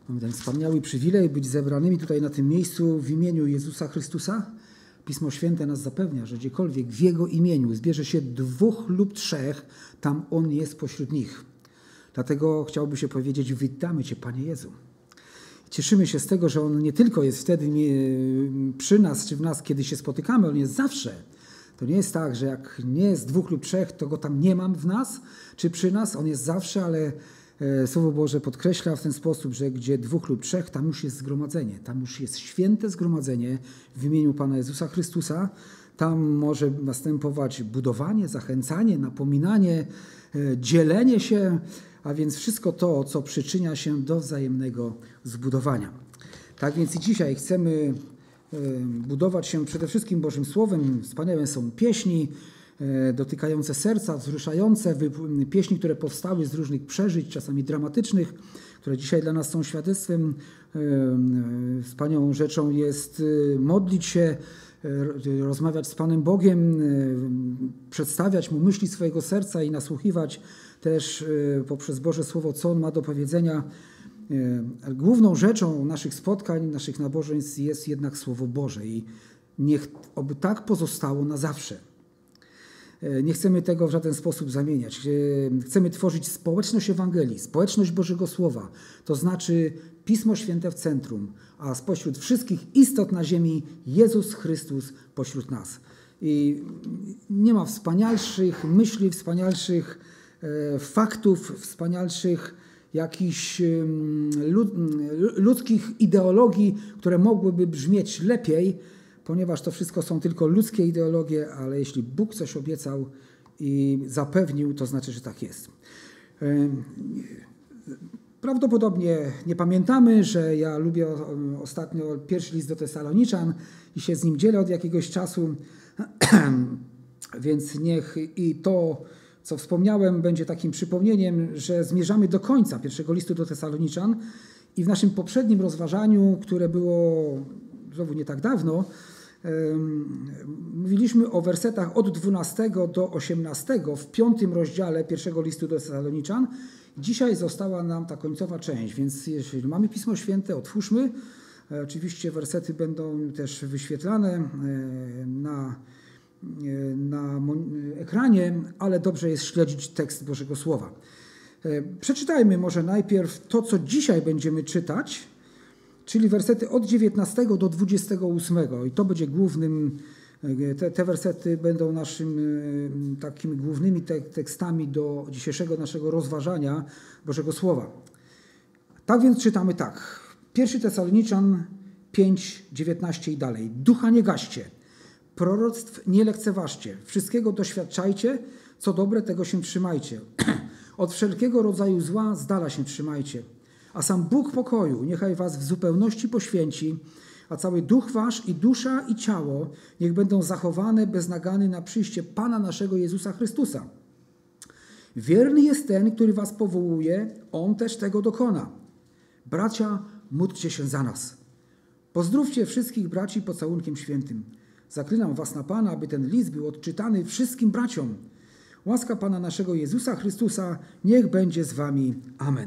Mamy ten wspaniały przywilej być zebranymi tutaj na tym miejscu w imieniu Jezusa Chrystusa. Pismo Święte nas zapewnia, że gdziekolwiek w Jego imieniu zbierze się 2 lub 3, tam On jest pośród nich. Dlatego chciałby się powiedzieć: witamy Cię, Panie Jezu. Cieszymy się z tego, że On nie tylko jest wtedy przy nas czy w nas, kiedy się spotykamy, On jest zawsze. To nie jest tak, że jak nie jest 2 lub 3, to Go tam nie mam w nas czy przy nas. On jest zawsze, ale Słowo Boże podkreśla w ten sposób, że gdzie 2 lub 3, tam już jest zgromadzenie. Tam już jest święte zgromadzenie w imieniu Pana Jezusa Chrystusa. Tam może następować budowanie, zachęcanie, napominanie, dzielenie się, a więc wszystko to, co przyczynia się do wzajemnego zbudowania. Tak więc i dzisiaj chcemy budować się przede wszystkim Bożym Słowem. Wspaniałe są pieśni dotykające serca, wzruszające, pieśni, które powstały z różnych przeżyć, czasami dramatycznych, które dzisiaj dla nas są świadectwem. Wspaniałą rzeczą jest modlić się, rozmawiać z Panem Bogiem, przedstawiać Mu myśli swojego serca i nasłuchiwać też poprzez Boże Słowo, co On ma do powiedzenia. Główną rzeczą naszych spotkań, naszych nabożeństw jest jednak Słowo Boże i niech oby tak pozostało na zawsze. Nie chcemy tego w żaden sposób zamieniać. Chcemy tworzyć społeczność Ewangelii, społeczność Bożego Słowa, to znaczy Pismo Święte w centrum, a spośród wszystkich istot na ziemi Jezus Chrystus pośród nas. I nie ma wspanialszych myśli, wspanialszych faktów, wspanialszych jakichś ludzkich ideologii, które mogłyby brzmieć lepiej, ponieważ to wszystko są tylko ludzkie ideologie, ale jeśli Bóg coś obiecał i zapewnił, to znaczy, że tak jest. Prawdopodobnie nie pamiętamy, że ja lubię ostatnio pierwszy list do Tesaloniczan i się z nim dzielę od jakiegoś czasu, więc niech i to, co wspomniałem, będzie takim przypomnieniem, że zmierzamy do końca pierwszego listu do Tesaloniczan i w naszym poprzednim rozważaniu, które było znowu nie tak dawno, mówiliśmy o wersetach od 12 do 18 w 5 rozdziale pierwszego listu do Tesaloniczan. Dzisiaj została nam ta końcowa część, więc jeśli mamy Pismo Święte, otwórzmy. Oczywiście wersety będą też wyświetlane na ekranie, ale dobrze jest śledzić tekst Bożego Słowa. Przeczytajmy może najpierw to, co dzisiaj będziemy czytać, czyli wersety od 19 do 28. I to będzie głównym, te wersety będą takimi głównymi tekstami do dzisiejszego naszego rozważania Bożego Słowa. Tak więc czytamy tak. 1 Tesaloniczan 5, 19 i dalej. Ducha nie gaście, proroctw nie lekceważcie, wszystkiego doświadczajcie, co dobre, tego się trzymajcie. Od wszelkiego rodzaju zła z dala się trzymajcie. A sam Bóg pokoju niechaj was w zupełności poświęci, a cały duch wasz i dusza i ciało niech będą zachowane bez nagany na przyjście Pana naszego Jezusa Chrystusa. Wierny jest ten, który was powołuje, On też tego dokona. Bracia, módlcie się za nas. Pozdrówcie wszystkich braci pocałunkiem świętym. Zaklinam was na Pana, aby ten list był odczytany wszystkim braciom. Łaska Pana naszego Jezusa Chrystusa niech będzie z wami. Amen.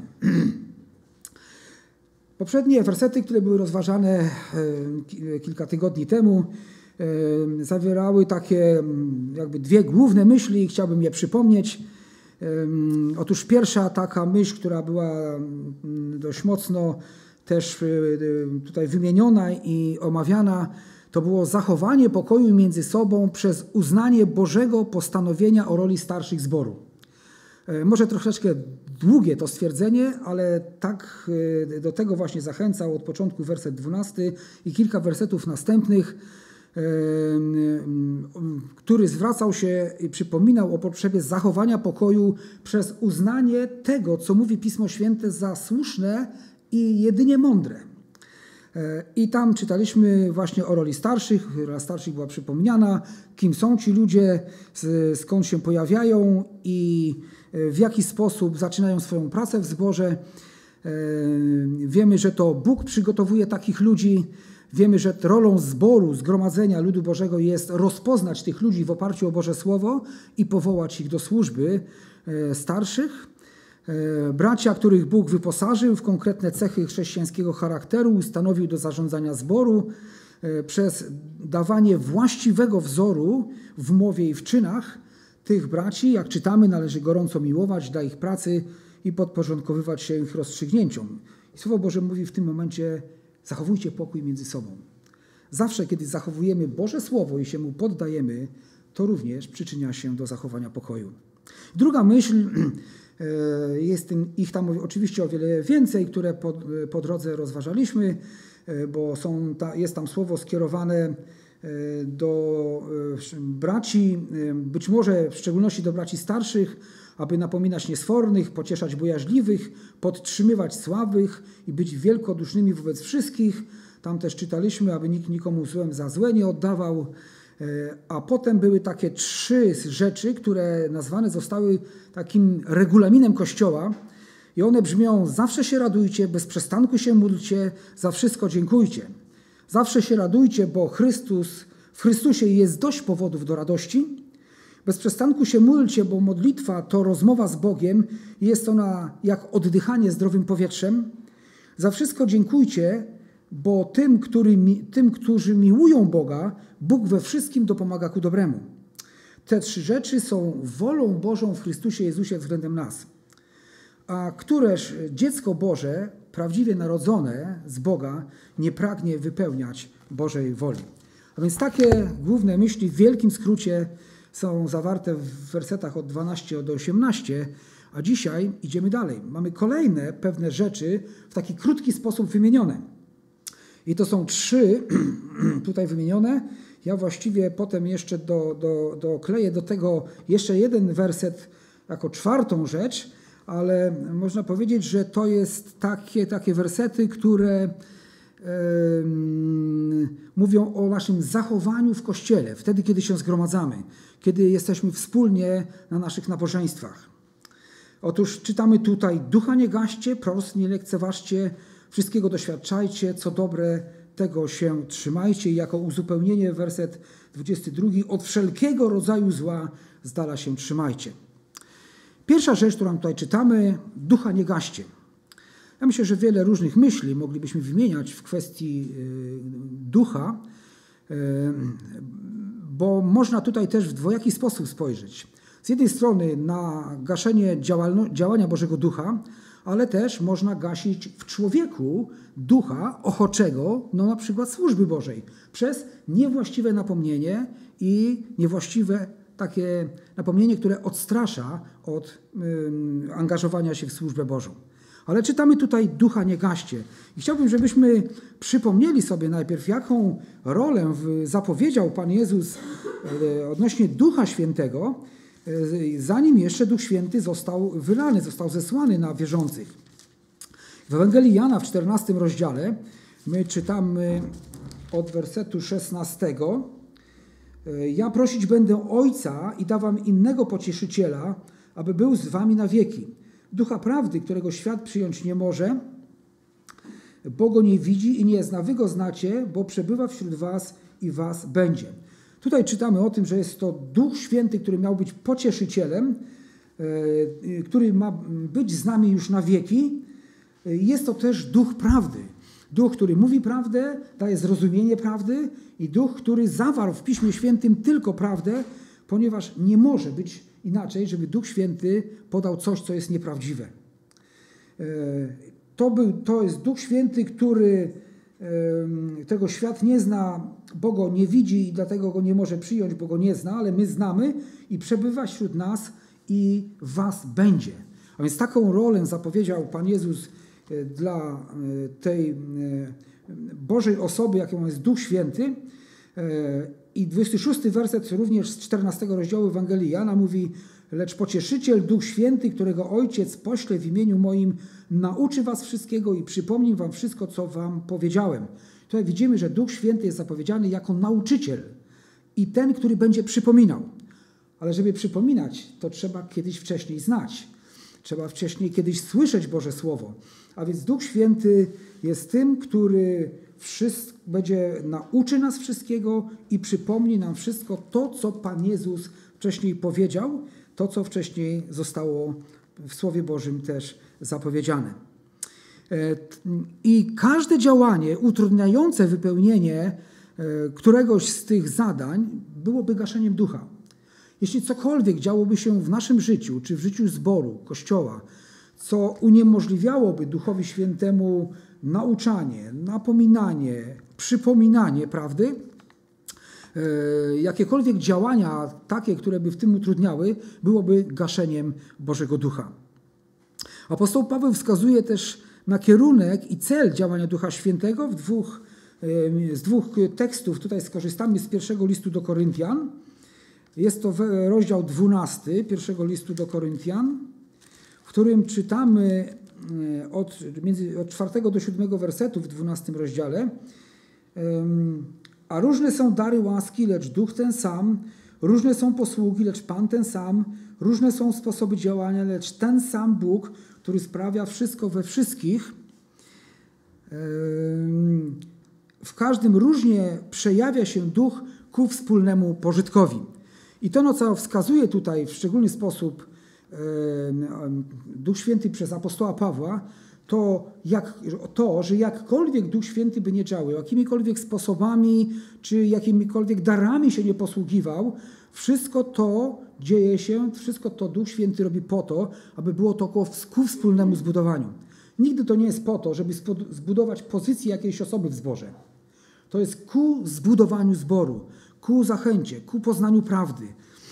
Poprzednie wersety, które były rozważane kilka tygodni temu, zawierały takie jakby 2 główne myśli i chciałbym je przypomnieć. Otóż pierwsza taka myśl, która była dość mocno też tutaj wymieniona i omawiana, to było zachowanie pokoju między sobą przez uznanie Bożego postanowienia o roli starszych zboru. Może troszeczkę długie to stwierdzenie, ale tak do tego właśnie zachęcał od początku werset 12 i kilka wersetów następnych, który zwracał się i przypominał o potrzebie zachowania pokoju przez uznanie tego, co mówi Pismo Święte, za słuszne i jedynie mądre. I tam czytaliśmy właśnie o roli starszych. Rola starszych była przypomniana, kim są ci ludzie, skąd się pojawiają i w jaki sposób zaczynają swoją pracę w zborze. Wiemy, że to Bóg przygotowuje takich ludzi. Wiemy, że rolą zboru, zgromadzenia ludu Bożego jest rozpoznać tych ludzi w oparciu o Boże Słowo i powołać ich do służby starszych. Bracia, których Bóg wyposażył w konkretne cechy chrześcijańskiego charakteru, ustanowił do zarządzania zboru przez dawanie właściwego wzoru w mowie i w czynach. Tych braci, jak czytamy, należy gorąco miłować dla ich pracy i podporządkowywać się ich rozstrzygnięciom. I Słowo Boże mówi w tym momencie: zachowujcie pokój między sobą. Zawsze, kiedy zachowujemy Boże Słowo i się Mu poddajemy, to również przyczynia się do zachowania pokoju. Druga myśl, jest ich tam oczywiście o wiele więcej, które po drodze rozważaliśmy, bo jest tam słowo skierowane do braci, być może w szczególności do braci starszych, aby napominać niesfornych, pocieszać bojaźliwych, podtrzymywać słabych i być wielkodusznymi wobec wszystkich. Tam też czytaliśmy, aby nikt nikomu złem za złe nie oddawał. A potem były takie 3 rzeczy, które nazwane zostały takim regulaminem Kościoła. I one brzmią: zawsze się radujcie, bez przestanku się módlcie, za wszystko dziękujcie. Zawsze się radujcie, bo w Chrystusie jest dość powodów do radości. Bez przestanku się módlcie, bo modlitwa to rozmowa z Bogiem i jest ona jak oddychanie zdrowym powietrzem. Za wszystko dziękujcie, bo tym, którzy miłują Boga, Bóg we wszystkim dopomaga ku dobremu. Te 3 rzeczy są wolą Bożą w Chrystusie Jezusie względem nas. A któreż dziecko Boże, prawdziwie narodzone z Boga, nie pragnie wypełniać Bożej woli. A więc takie główne myśli w wielkim skrócie są zawarte w wersetach od 12 do 18, a dzisiaj idziemy dalej. Mamy kolejne pewne rzeczy w taki krótki sposób wymienione. I to są 3 tutaj wymienione. Ja właściwie potem jeszcze dokleję do tego jeszcze jeden werset jako 4. rzecz, ale można powiedzieć, że to jest takie wersety, które mówią o naszym zachowaniu w Kościele, wtedy, kiedy się zgromadzamy, kiedy jesteśmy wspólnie na naszych nabożeństwach. Otóż czytamy tutaj: ducha nie gaście, proroctw nie lekceważcie, wszystkiego doświadczajcie, co dobre, tego się trzymajcie. I jako uzupełnienie werset 22: od wszelkiego rodzaju zła z dala się trzymajcie. Pierwsza rzecz, którą tutaj czytamy: ducha nie gaście. Ja myślę, że wiele różnych myśli moglibyśmy wymieniać w kwestii ducha, bo można tutaj też w dwojaki sposób spojrzeć. Z jednej strony na gaszenie działania Bożego Ducha, ale też można gasić w człowieku ducha ochoczego, na przykład służby Bożej, przez niewłaściwe napomnienie i niewłaściwe takie napomnienie, które odstrasza od angażowania się w służbę Bożą. Ale czytamy tutaj: ducha nie gaście. I chciałbym, żebyśmy przypomnieli sobie najpierw, jaką rolę zapowiedział Pan Jezus odnośnie Ducha Świętego, zanim jeszcze Duch Święty został wylany, został zesłany na wierzących. W Ewangelii Jana w 14 rozdziale my czytamy od wersetu 16: ja prosić będę Ojca i da wam innego pocieszyciela, aby był z wami na wieki. Ducha prawdy, którego świat przyjąć nie może, bo go nie widzi i nie zna. Wy go znacie, bo przebywa wśród was i was będzie. Tutaj czytamy o tym, że jest to Duch Święty, który miał być pocieszycielem, który ma być z nami już na wieki. Jest to też Duch prawdy. Duch, który mówi prawdę, daje zrozumienie prawdy, i Duch, który zawarł w Piśmie Świętym tylko prawdę, ponieważ nie może być inaczej, żeby Duch Święty podał coś, co jest nieprawdziwe. To jest Duch Święty, którego świat nie zna, bo go nie widzi i dlatego go nie może przyjąć, bo go nie zna, ale my znamy i przebywa wśród nas i was będzie. A więc taką rolę zapowiedział Pan Jezus dla tej Bożej osoby, jaką jest Duch Święty. I 26 werset również z 14 rozdziału Ewangelii Jana mówi: lecz pocieszyciel, Duch Święty, którego Ojciec pośle w imieniu moim, nauczy was wszystkiego i przypomni wam wszystko, co wam powiedziałem. Tutaj widzimy, że Duch Święty jest zapowiedziany jako nauczyciel i ten, który będzie przypominał. Ale żeby przypominać, to trzeba kiedyś wcześniej znać. Trzeba wcześniej kiedyś słyszeć Boże Słowo. A więc Duch Święty jest tym, który nauczy nas wszystkiego i przypomni nam wszystko to, co Pan Jezus wcześniej powiedział, to, co wcześniej zostało w Słowie Bożym też zapowiedziane. I każde działanie utrudniające wypełnienie któregoś z tych zadań byłoby gaszeniem ducha. Jeśli cokolwiek działoby się w naszym życiu, czy w życiu zboru, Kościoła, co uniemożliwiałoby Duchowi Świętemu nauczanie, napominanie, przypominanie prawdy, jakiekolwiek działania takie, które by w tym utrudniały, byłoby gaszeniem Bożego Ducha. Apostoł Paweł wskazuje też na kierunek i cel działania Ducha Świętego z dwóch tekstów. Tutaj skorzystamy z pierwszego listu do Koryntian. Jest to rozdział 12 pierwszego listu do Koryntian, w którym czytamy od 4 do 7 wersetu w 12 rozdziale. A różne są dary łaski, lecz Duch ten sam. Różne są posługi, lecz Pan ten sam. Różne są sposoby działania, lecz ten sam Bóg, który sprawia wszystko we wszystkich. W każdym różnie przejawia się Duch ku wspólnemu pożytkowi. I to, na co wskazuje tutaj w szczególny sposób Duch Święty przez apostoła Pawła, to, że jakkolwiek Duch Święty by nie działał, jakimikolwiek sposobami czy jakimikolwiek darami się nie posługiwał, wszystko to dzieje się, wszystko to Duch Święty robi po to, aby było to ku wspólnemu zbudowaniu. Nigdy to nie jest po to, żeby zbudować pozycję jakiejś osoby w zborze. To jest ku zbudowaniu zboru, ku zachęcie, ku poznaniu prawdy.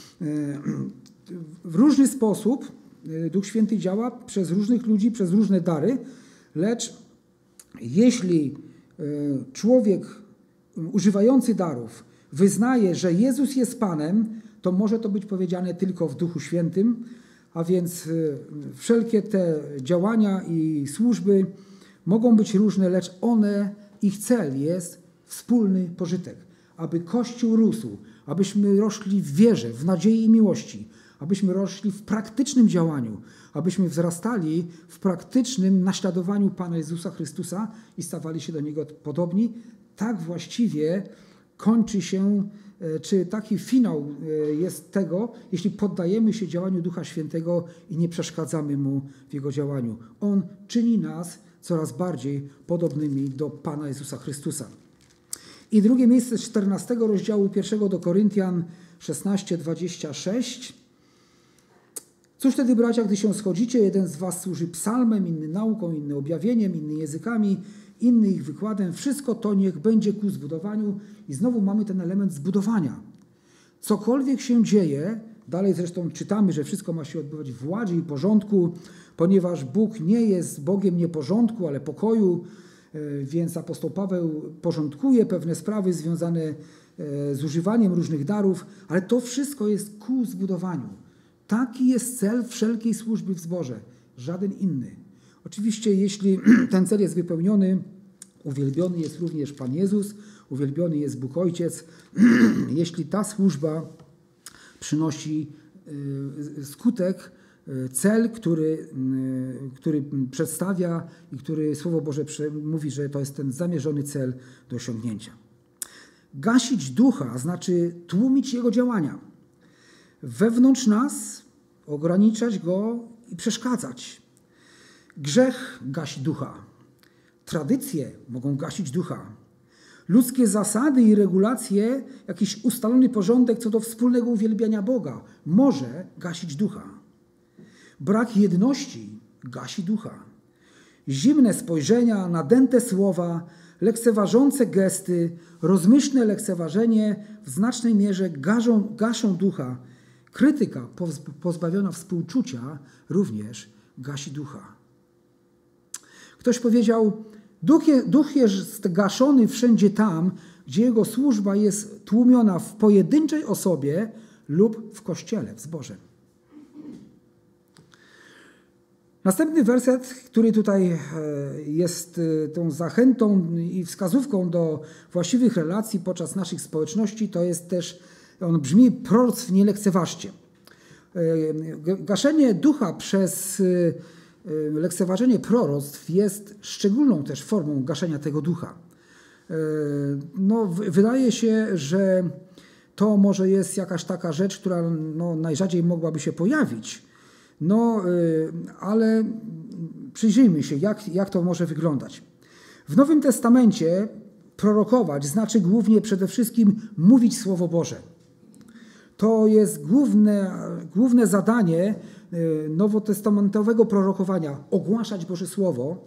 W różny sposób Duch Święty działa przez różnych ludzi, przez różne dary, lecz jeśli człowiek używający darów wyznaje, że Jezus jest Panem, to może to być powiedziane tylko w Duchu Świętym, a więc wszelkie te działania i służby mogą być różne, lecz ich cel jest wspólny pożytek, aby Kościół rósł, abyśmy rośli w wierze, w nadziei i miłości, abyśmy rośli w praktycznym działaniu, abyśmy wzrastali w praktycznym naśladowaniu Pana Jezusa Chrystusa i stawali się do Niego podobni. Tak właściwie kończy się, czy taki finał jest tego, jeśli poddajemy się działaniu Ducha Świętego i nie przeszkadzamy Mu w Jego działaniu. On czyni nas coraz bardziej podobnymi do Pana Jezusa Chrystusa. I drugie miejsce z 14 rozdziału 1 do Koryntian 16:26. Cóż wtedy, bracia, gdy się schodzicie, jeden z was służy psalmem, inny nauką, inny objawieniem, inny językami, inny ich wykładem. Wszystko to niech będzie ku zbudowaniu. I znowu mamy ten element zbudowania. Cokolwiek się dzieje, dalej zresztą czytamy, że wszystko ma się odbywać w ładzie i porządku, ponieważ Bóg nie jest Bogiem nieporządku, ale pokoju, więc apostoł Paweł porządkuje pewne sprawy związane z używaniem różnych darów, ale to wszystko jest ku zbudowaniu. Taki jest cel wszelkiej służby w zborze, żaden inny. Oczywiście, jeśli ten cel jest wypełniony, uwielbiony jest również Pan Jezus, uwielbiony jest Bóg Ojciec. Jeśli ta służba przynosi skutek, cel, który przedstawia i który Słowo Boże mówi, że to jest ten zamierzony cel do osiągnięcia. Gasić ducha znaczy tłumić jego działania. Wewnątrz nas ograniczać go i przeszkadzać. Grzech gasi ducha. Tradycje mogą gasić ducha. Ludzkie zasady i regulacje, jakiś ustalony porządek co do wspólnego uwielbiania Boga może gasić ducha. Brak jedności gasi ducha. Zimne spojrzenia, nadęte słowa, lekceważące gesty, rozmyślne lekceważenie w znacznej mierze gaszą ducha. Krytyka pozbawiona współczucia również gasi ducha. Ktoś powiedział, duch jest gaszony wszędzie tam, gdzie jego służba jest tłumiona w pojedynczej osobie lub w kościele, w zborze. Następny werset, który tutaj jest tą zachętą i wskazówką do właściwych relacji podczas naszych społeczności, to jest też, on brzmi, proroctw nie lekceważcie. Gaszenie ducha przez lekceważenie proroctw jest szczególną też formą gaszenia tego ducha. Wydaje się, że to może jest jakaś taka rzecz, która najrzadziej mogłaby się pojawić. Ale przyjrzyjmy się, jak to może wyglądać. W Nowym Testamencie prorokować znaczy przede wszystkim mówić Słowo Boże. To jest główne zadanie nowotestamentowego prorokowania, ogłaszać Boże Słowo.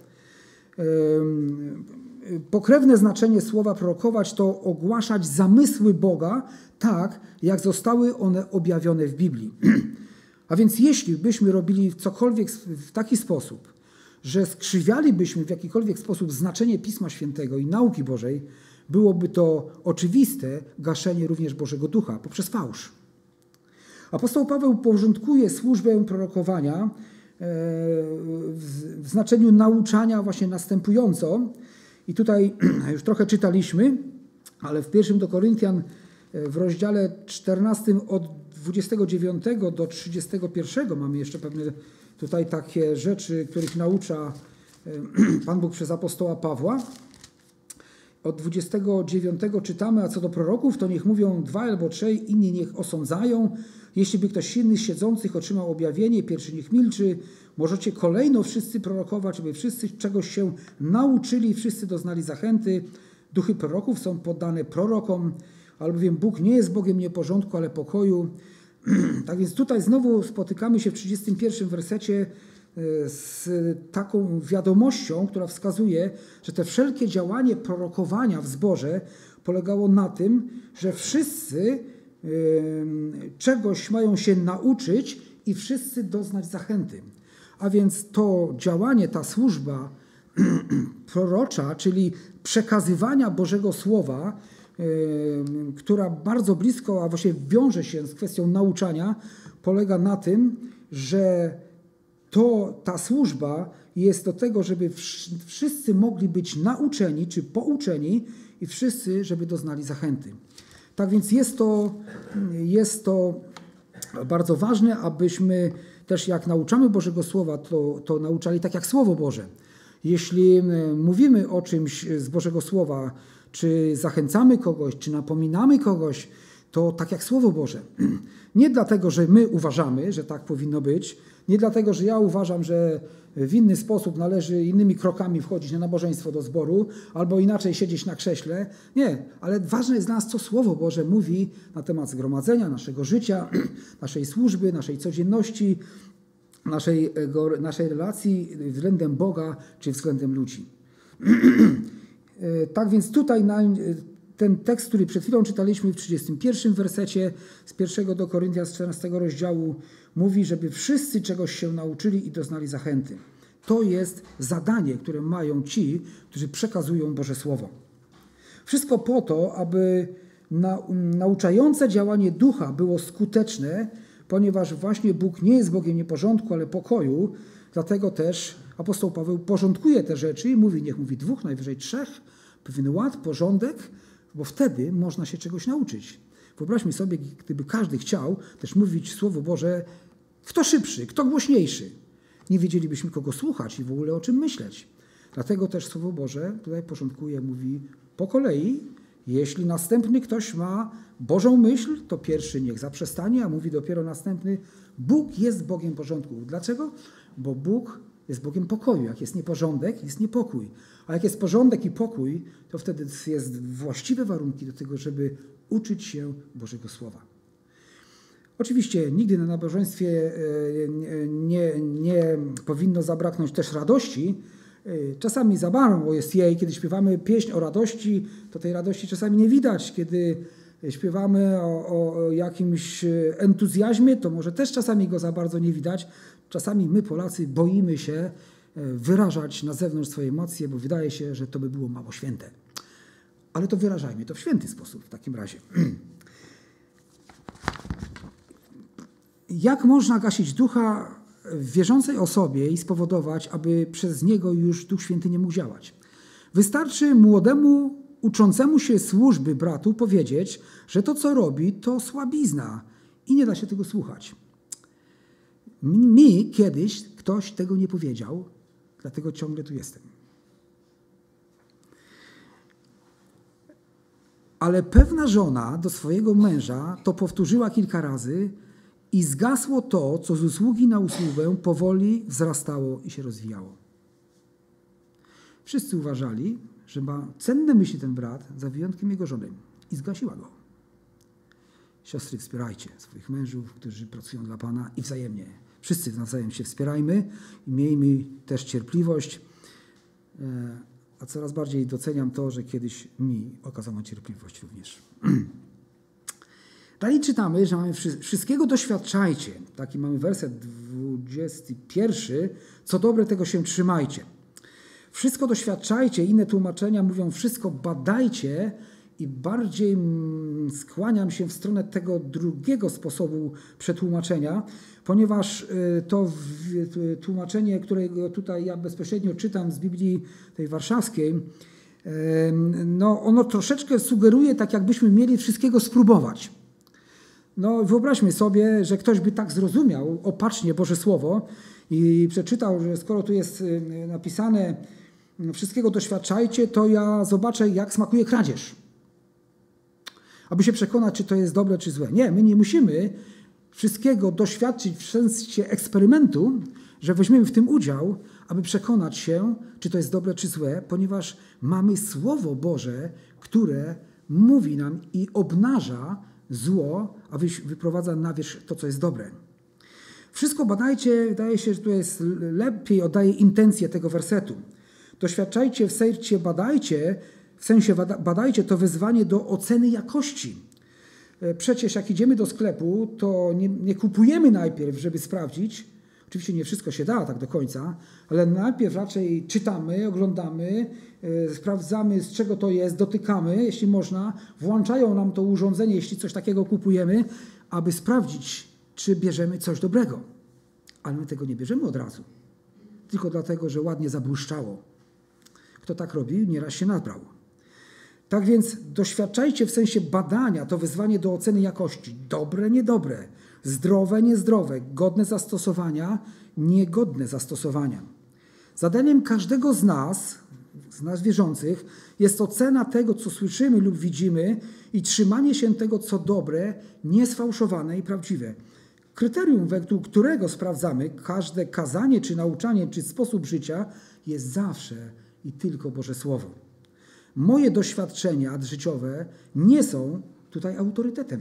Pokrewne znaczenie słowa prorokować to ogłaszać zamysły Boga tak, jak zostały one objawione w Biblii. A więc jeśli byśmy robili cokolwiek w taki sposób, że skrzywialibyśmy w jakikolwiek sposób znaczenie Pisma Świętego i nauki Bożej, byłoby to oczywiste gaszenie również Bożego Ducha poprzez fałsz. Apostoł Paweł porządkuje służbę prorokowania w znaczeniu nauczania właśnie następująco. I tutaj już trochę czytaliśmy, ale w 1 do Koryntian w rozdziale 14 od 29 do 31 mamy jeszcze pewne tutaj takie rzeczy, których naucza Pan Bóg przez apostoła Pawła. Od 29 czytamy, a co do proroków, to niech mówią 2 albo 3, inni niech osądzają. Jeśli by ktoś silny z siedzących otrzymał objawienie, pierwszy niech milczy. Możecie kolejno wszyscy prorokować, żeby wszyscy czegoś się nauczyli, wszyscy doznali zachęty. Duchy proroków są poddane prorokom, albowiem Bóg nie jest Bogiem nieporządku, ale pokoju. Tak więc tutaj znowu spotykamy się w 31 wersecie z taką wiadomością, która wskazuje, że te wszelkie działanie prorokowania w zborze polegało na tym, że wszyscy czegoś mają się nauczyć i wszyscy doznać zachęty. A więc to działanie, ta służba prorocza, czyli przekazywania Bożego Słowa, która bardzo blisko, a właściwie wiąże się z kwestią nauczania, polega na tym, że ta służba jest do tego, żeby wszyscy mogli być nauczeni czy pouczeni i wszyscy, żeby doznali zachęty. Tak więc jest to bardzo ważne, abyśmy też jak nauczamy Bożego Słowa, to nauczali tak jak Słowo Boże. Jeśli mówimy o czymś z Bożego Słowa, czy zachęcamy kogoś, czy napominamy kogoś, to tak jak Słowo Boże. Nie dlatego, że my uważamy, że tak powinno być, nie dlatego, że ja uważam, że w inny sposób należy innymi krokami wchodzić na nabożeństwo do zboru, albo inaczej siedzieć na krześle. Nie, ale ważne jest dla nas, co Słowo Boże mówi na temat zgromadzenia, naszego życia, naszej służby, naszej codzienności, naszej relacji względem Boga, czy względem ludzi. Tak więc tutaj ten tekst, który przed chwilą czytaliśmy w 31 wersecie z 1 do Koryntian z 14 rozdziału, mówi, żeby wszyscy czegoś się nauczyli i doznali zachęty. To jest zadanie, które mają ci, którzy przekazują Boże Słowo. Wszystko po to, aby nauczające działanie ducha było skuteczne, ponieważ właśnie Bóg nie jest Bogiem nieporządku, ale pokoju, dlatego też apostoł Paweł porządkuje te rzeczy i mówi, niech mówi 2, najwyżej 3, pewien ład, porządek, bo wtedy można się czegoś nauczyć. Wyobraźmy sobie, gdyby każdy chciał też mówić Słowo Boże, kto szybszy, kto głośniejszy. Nie wiedzielibyśmy, kogo słuchać i w ogóle o czym myśleć. Dlatego też Słowo Boże tutaj porządkuje, mówi po kolei, jeśli następny ktoś ma Bożą myśl, to pierwszy niech zaprzestanie, a mówi dopiero następny, Bóg jest Bogiem porządku. Dlaczego? Bo Bóg jest Bogiem pokoju. Jak jest nieporządek, jest niepokój. A jak jest porządek i pokój, to wtedy jest właściwe warunki do tego, żeby uczyć się Bożego Słowa. Oczywiście nigdy na nabożeństwie nie powinno zabraknąć też radości. Czasami za mało jest jej, kiedy śpiewamy pieśń o radości, to tej radości czasami nie widać. Kiedy śpiewamy o jakimś entuzjazmie, to może też czasami go za bardzo nie widać. Czasami my, Polacy, boimy się wyrażać na zewnątrz swoje emocje, bo wydaje się, że to by było mało święte. Ale to wyrażajmy to w święty sposób w takim razie. Jak można gasić ducha w wierzącej osobie i spowodować, aby przez niego już Duch Święty nie mógł działać? Wystarczy młodemu, uczącemu się służby bratu powiedzieć, że to, co robi, to słabizna i nie da się tego słuchać. Mi kiedyś ktoś tego nie powiedział, dlatego ciągle tu jestem. Ale pewna żona do swojego męża to powtórzyła kilka razy i zgasło to, co z usługi na usługę powoli wzrastało i się rozwijało. Wszyscy uważali, że ma cenne myśli ten brat, za wyjątkiem jego żony, i zgasiła go. Siostry, wspierajcie swoich mężów, którzy pracują dla Pana i wzajemnie. Wszyscy nawzajem się wspierajmy i miejmy też cierpliwość. A coraz bardziej doceniam to, że kiedyś mi okazano cierpliwość również. Dalej czytamy, że mamy wszystkiego doświadczajcie. Taki mamy werset 21. Co dobre, tego się trzymajcie. Wszystko doświadczajcie. Inne tłumaczenia mówią wszystko badajcie i bardziej skłaniam się w stronę tego drugiego sposobu przetłumaczenia, ponieważ to tłumaczenie, którego tutaj ja bezpośrednio czytam z Biblii tej warszawskiej, no ono troszeczkę sugeruje, tak jakbyśmy mieli wszystkiego spróbować. No wyobraźmy sobie, że ktoś by tak zrozumiał opacznie Boże Słowo i przeczytał, że skoro tu jest napisane wszystkiego doświadczajcie, to ja zobaczę, jak smakuje kradzież. Aby się przekonać, czy to jest dobre, czy złe. Nie, my nie musimy wszystkiego doświadczyć w sensie eksperymentu, że weźmiemy w tym udział, aby przekonać się, czy to jest dobre, czy złe, ponieważ mamy Słowo Boże, które mówi nam i obnaża zło, a wyprowadza na wierzch to, co jest dobre. Wszystko badajcie, wydaje się, że to jest lepiej oddaje intencję tego wersetu. Doświadczajcie w sensie badajcie to wezwanie do oceny jakości. Przecież jak idziemy do sklepu, to nie kupujemy najpierw, żeby sprawdzić. Oczywiście nie wszystko się da tak do końca, ale najpierw raczej czytamy, oglądamy, sprawdzamy, z czego to jest, dotykamy, jeśli można. Włączają nam to urządzenie, jeśli coś takiego kupujemy, aby sprawdzić, czy bierzemy coś dobrego. Ale my tego nie bierzemy od razu, tylko dlatego, że ładnie zabłyszczało. Kto tak robi, nieraz się nabrał. Tak więc doświadczajcie w sensie badania to wezwanie do oceny jakości. Dobre, niedobre, zdrowe, niezdrowe, godne zastosowania, niegodne zastosowania. Zadaniem każdego z nas wierzących, jest ocena tego, co słyszymy lub widzimy i trzymanie się tego, co dobre, niesfałszowane i prawdziwe. Kryterium, według którego sprawdzamy każde kazanie, czy nauczanie, czy sposób życia, jest zawsze i tylko Boże Słowo. Moje doświadczenia życiowe nie są tutaj autorytetem.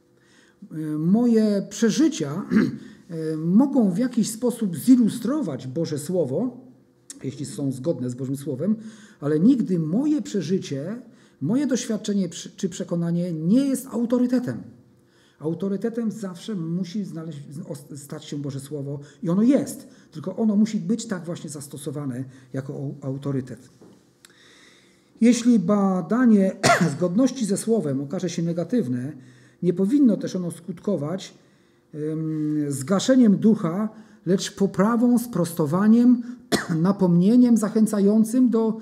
Moje przeżycia mogą w jakiś sposób zilustrować Boże Słowo, jeśli są zgodne z Bożym Słowem, ale nigdy moje przeżycie, moje doświadczenie czy przekonanie nie jest autorytetem. Autorytetem zawsze musi stać się Boże Słowo i ono jest, tylko ono musi być tak właśnie zastosowane jako autorytet. Jeśli badanie zgodności ze Słowem okaże się negatywne, nie powinno też ono skutkować zgaszeniem ducha, lecz poprawą, sprostowaniem, napomnieniem zachęcającym do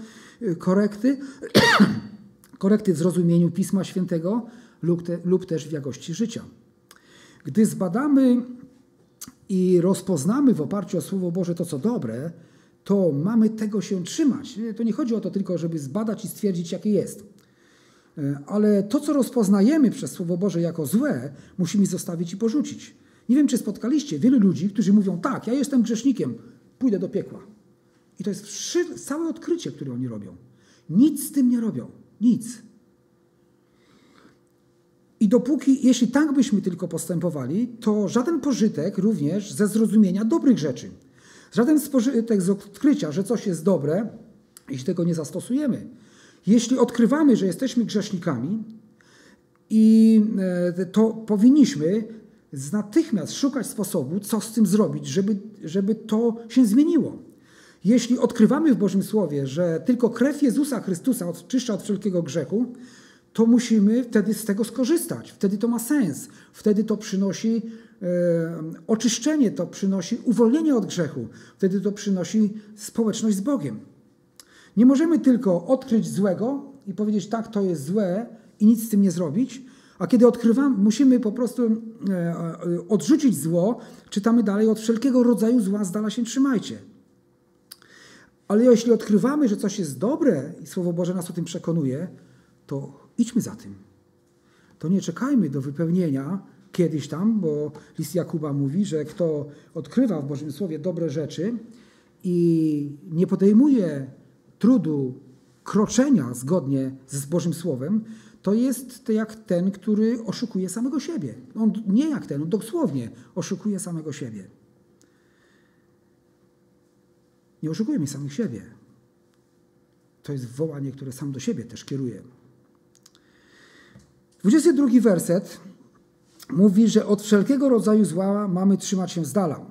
korekty w zrozumieniu Pisma Świętego lub też w jakości życia. Gdy zbadamy i rozpoznamy w oparciu o Słowo Boże to, co dobre, to mamy tego się trzymać. To nie chodzi o to tylko, żeby zbadać i stwierdzić, jakie jest. Ale to, co rozpoznajemy przez Słowo Boże jako złe, musimy zostawić i porzucić. Nie wiem, czy spotkaliście wielu ludzi, którzy mówią, tak, ja jestem grzesznikiem, pójdę do piekła. I to jest całe odkrycie, które oni robią. Nic z tym nie robią. Nic. I jeśli tak byśmy tylko postępowali, to żaden pożytek również ze zrozumienia dobrych rzeczy. Żaden pożytek z odkrycia, że coś jest dobre, jeśli tego nie zastosujemy. Jeśli odkrywamy, że jesteśmy grzesznikami, i to powinniśmy natychmiast szukać sposobu, co z tym zrobić, żeby to się zmieniło. Jeśli odkrywamy w Bożym Słowie, że tylko krew Jezusa Chrystusa oczyszcza od wszelkiego grzechu, to musimy wtedy z tego skorzystać. Wtedy to ma sens. Wtedy to przynosi oczyszczenie, to przynosi uwolnienie od grzechu. Wtedy to przynosi społeczność z Bogiem. Nie możemy tylko odkryć złego i powiedzieć, tak, to jest złe i nic z tym nie zrobić, a kiedy odkrywamy, musimy po prostu odrzucić zło, czytamy dalej, od wszelkiego rodzaju zła z dala się trzymajcie. Ale jeśli odkrywamy, że coś jest dobre i Słowo Boże nas o tym przekonuje, to idźmy za tym. To nie czekajmy do wypełnienia kiedyś tam, bo list Jakuba mówi, że kto odkrywa w Bożym Słowie dobre rzeczy i nie podejmuje trudu kroczenia zgodnie z Bożym Słowem, to jest jak ten, który oszukuje samego siebie. On nie jak ten, on dosłownie oszukuje samego siebie. Nie oszukujemy samych siebie. To jest wołanie, które sam do siebie też kieruje. 22 werset mówi, że od wszelkiego rodzaju zła mamy trzymać się z dala.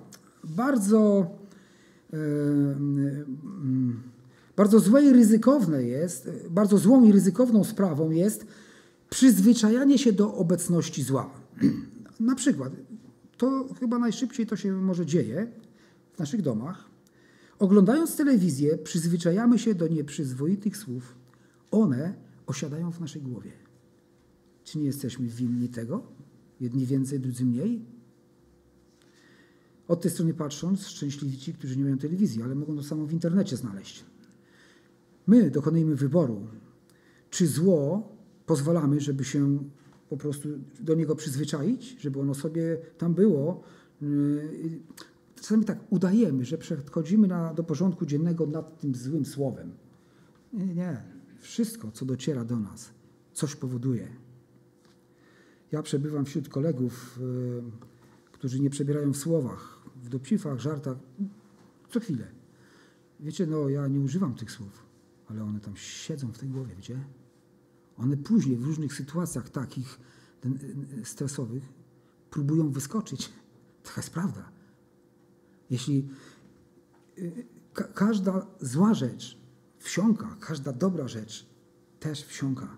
Bardzo złe i ryzykowne jest, bardzo złą i ryzykowną sprawą jest przyzwyczajanie się do obecności zła. Na przykład, to chyba najszybciej to się może dzieje w naszych domach. Oglądając telewizję, przyzwyczajamy się do nieprzyzwoitych słów. One osiadają w naszej głowie. Czy nie jesteśmy winni tego? Jedni więcej, drudzy mniej? Od tej strony patrząc, szczęśliwi ci, którzy nie mają telewizji, ale mogą to samo w internecie znaleźć. My dokonujemy wyboru, czy zło pozwalamy, żeby się po prostu do niego przyzwyczaić, żeby ono sobie tam było. Czasami tak udajemy, że przechodzimy do porządku dziennego nad tym złym słowem. Nie. Wszystko, co dociera do nas, coś powoduje. Ja przebywam wśród kolegów, którzy nie przebierają w słowach, w dowcipach, żartach, co chwilę. Wiecie, ja nie używam tych słów, ale one tam siedzą w tej głowie, wiecie? One później w różnych sytuacjach takich stresowych próbują wyskoczyć. Taka jest prawda. Jeśli każda zła rzecz wsiąka, każda dobra rzecz też wsiąka.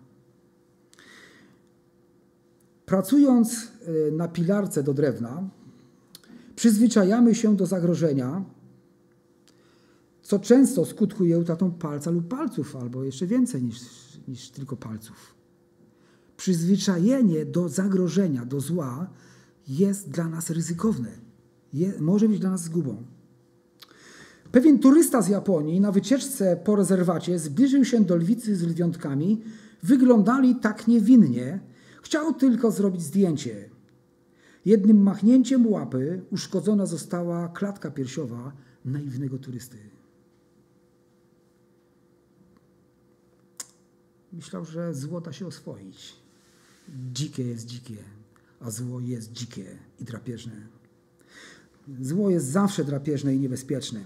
Pracując na pilarce do drewna, przyzwyczajamy się do zagrożenia, co często skutkuje utratą palca lub palców, albo jeszcze więcej niż tylko palców. Przyzwyczajenie do zagrożenia, do zła jest dla nas ryzykowne. Może być dla nas zgubą. Pewien turysta z Japonii na wycieczce po rezerwacie zbliżył się do lwicy z lwiątkami. Wyglądali tak niewinnie. Chciał tylko zrobić zdjęcie. Jednym machnięciem łapy uszkodzona została klatka piersiowa naiwnego turysty. Myślał, że zło da się oswoić. Dzikie jest dzikie, a zło jest dzikie i drapieżne. Zło jest zawsze drapieżne i niebezpieczne.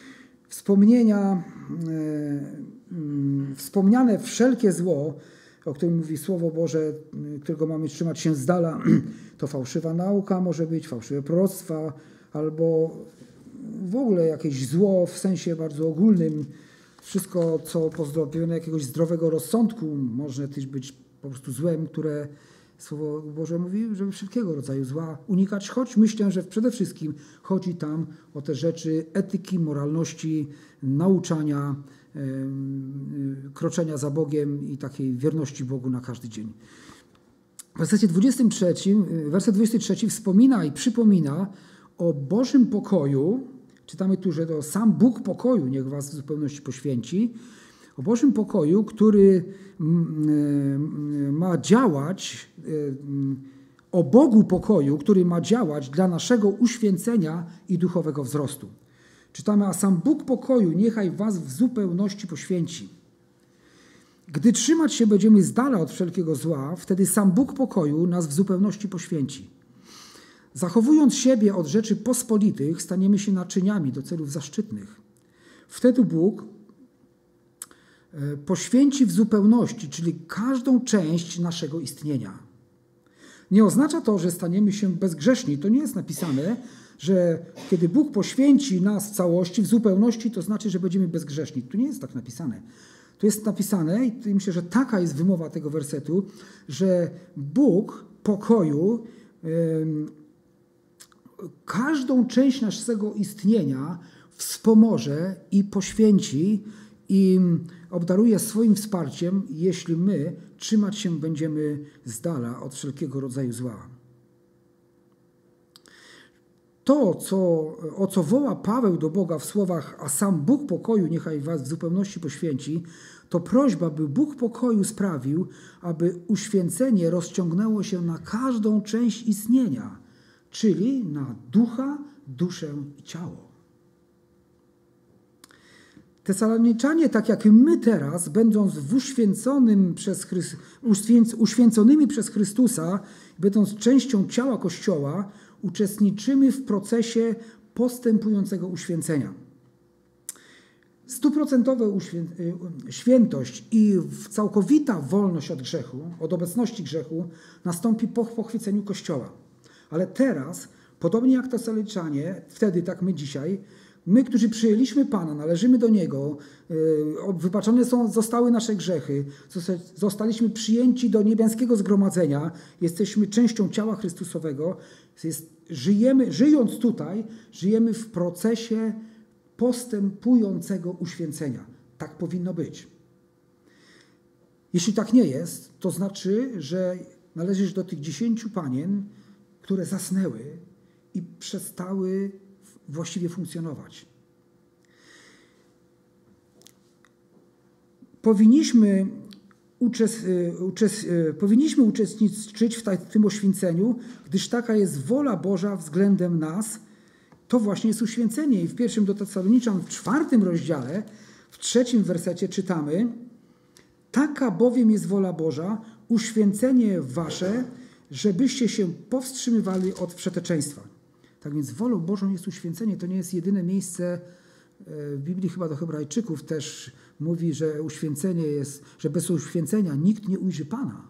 Wspomniane wszelkie zło, o którym mówi Słowo Boże, którego mamy trzymać się z dala, to fałszywa nauka może być, fałszywe proroctwa, albo w ogóle jakieś zło w sensie bardzo ogólnym. Wszystko, co pozbawione jakiegoś zdrowego rozsądku, może też być po prostu złem, które Słowo Boże mówi, żeby wszelkiego rodzaju zła unikać, choć myślę, że przede wszystkim chodzi tam o te rzeczy etyki, moralności, nauczania, kroczenia za Bogiem i takiej wierności Bogu na każdy dzień. W wersecie 23, werset 23 wspomina i przypomina o Bożym pokoju. Czytamy tu, że to sam Bóg pokoju niech was w zupełności poświęci. O Bożym pokoju, który ma działać, o Bogu pokoju, który ma działać dla naszego uświęcenia i duchowego wzrostu. Czytamy, a sam Bóg pokoju niechaj was w zupełności poświęci. Gdy trzymać się będziemy z dala od wszelkiego zła, wtedy sam Bóg pokoju nas w zupełności poświęci. Zachowując siebie od rzeczy pospolitych, staniemy się naczyniami do celów zaszczytnych. Wtedy Bóg poświęci w zupełności, czyli każdą część naszego istnienia. Nie oznacza to, że staniemy się bezgrzeszni. To nie jest napisane, że kiedy Bóg poświęci nas w całości, w zupełności, to znaczy, że będziemy bezgrzeszni. Tu nie jest tak napisane. Tu jest napisane, i myślę, że taka jest wymowa tego wersetu, że Bóg pokoju każdą część naszego istnienia wspomoże i poświęci i obdaruje swoim wsparciem, jeśli my trzymać się będziemy z dala od wszelkiego rodzaju zła. to, o co woła Paweł do Boga w słowach: a sam Bóg pokoju niechaj was w zupełności poświęci, to prośba, by Bóg pokoju sprawił, aby uświęcenie rozciągnęło się na każdą część istnienia, czyli na ducha, duszę i ciało. Tesaloniczanie, tak jak my teraz, będąc uświęconymi przez Chrystusa, będąc częścią ciała Kościoła, uczestniczymy w procesie postępującego uświęcenia. 100% świętość i całkowita wolność od grzechu, od obecności grzechu nastąpi po pochwyceniu Kościoła. Ale teraz, podobnie jak Tesaloniczanie, wtedy tak my dzisiaj, my, którzy przyjęliśmy Pana, należymy do Niego, wybaczone zostały nasze grzechy, zostaliśmy przyjęci do niebieskiego zgromadzenia, jesteśmy częścią ciała Chrystusowego, żyjąc tutaj, żyjemy w procesie postępującego uświęcenia. Tak powinno być. Jeśli tak nie jest, to znaczy, że należysz do tych 10 panien, które zasnęły i przestały właściwie funkcjonować. Powinniśmy uczestniczyć w tym uświęceniu, gdyż taka jest wola Boża względem nas. To właśnie jest uświęcenie. I w 1 do Tesaloniczan, w 4 rozdziale, w 3 wersecie czytamy: taka bowiem jest wola Boża, uświęcenie wasze, żebyście się powstrzymywali od wszeteczeństwa. Tak więc wolą Bożą jest uświęcenie. To nie jest jedyne miejsce w Biblii, chyba do Hebrajczyków też mówi, że uświęcenie jest, że bez uświęcenia nikt nie ujrzy Pana.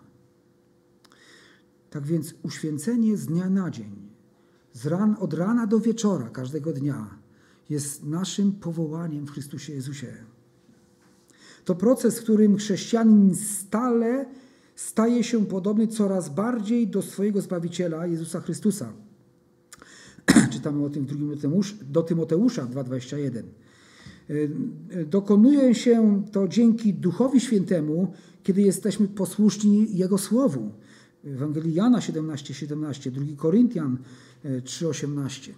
Tak więc uświęcenie z dnia na dzień, od rana do wieczora każdego dnia jest naszym powołaniem w Chrystusie Jezusie. To proces, w którym chrześcijanin stale staje się podobny coraz bardziej do swojego Zbawiciela, Jezusa Chrystusa. Czytamy o tym do Tymoteusza 2,21. Dokonuje się to dzięki Duchowi Świętemu, kiedy jesteśmy posłuszni Jego Słowu. Ewangelii Jana 17:17, 2 Koryntian 3:18.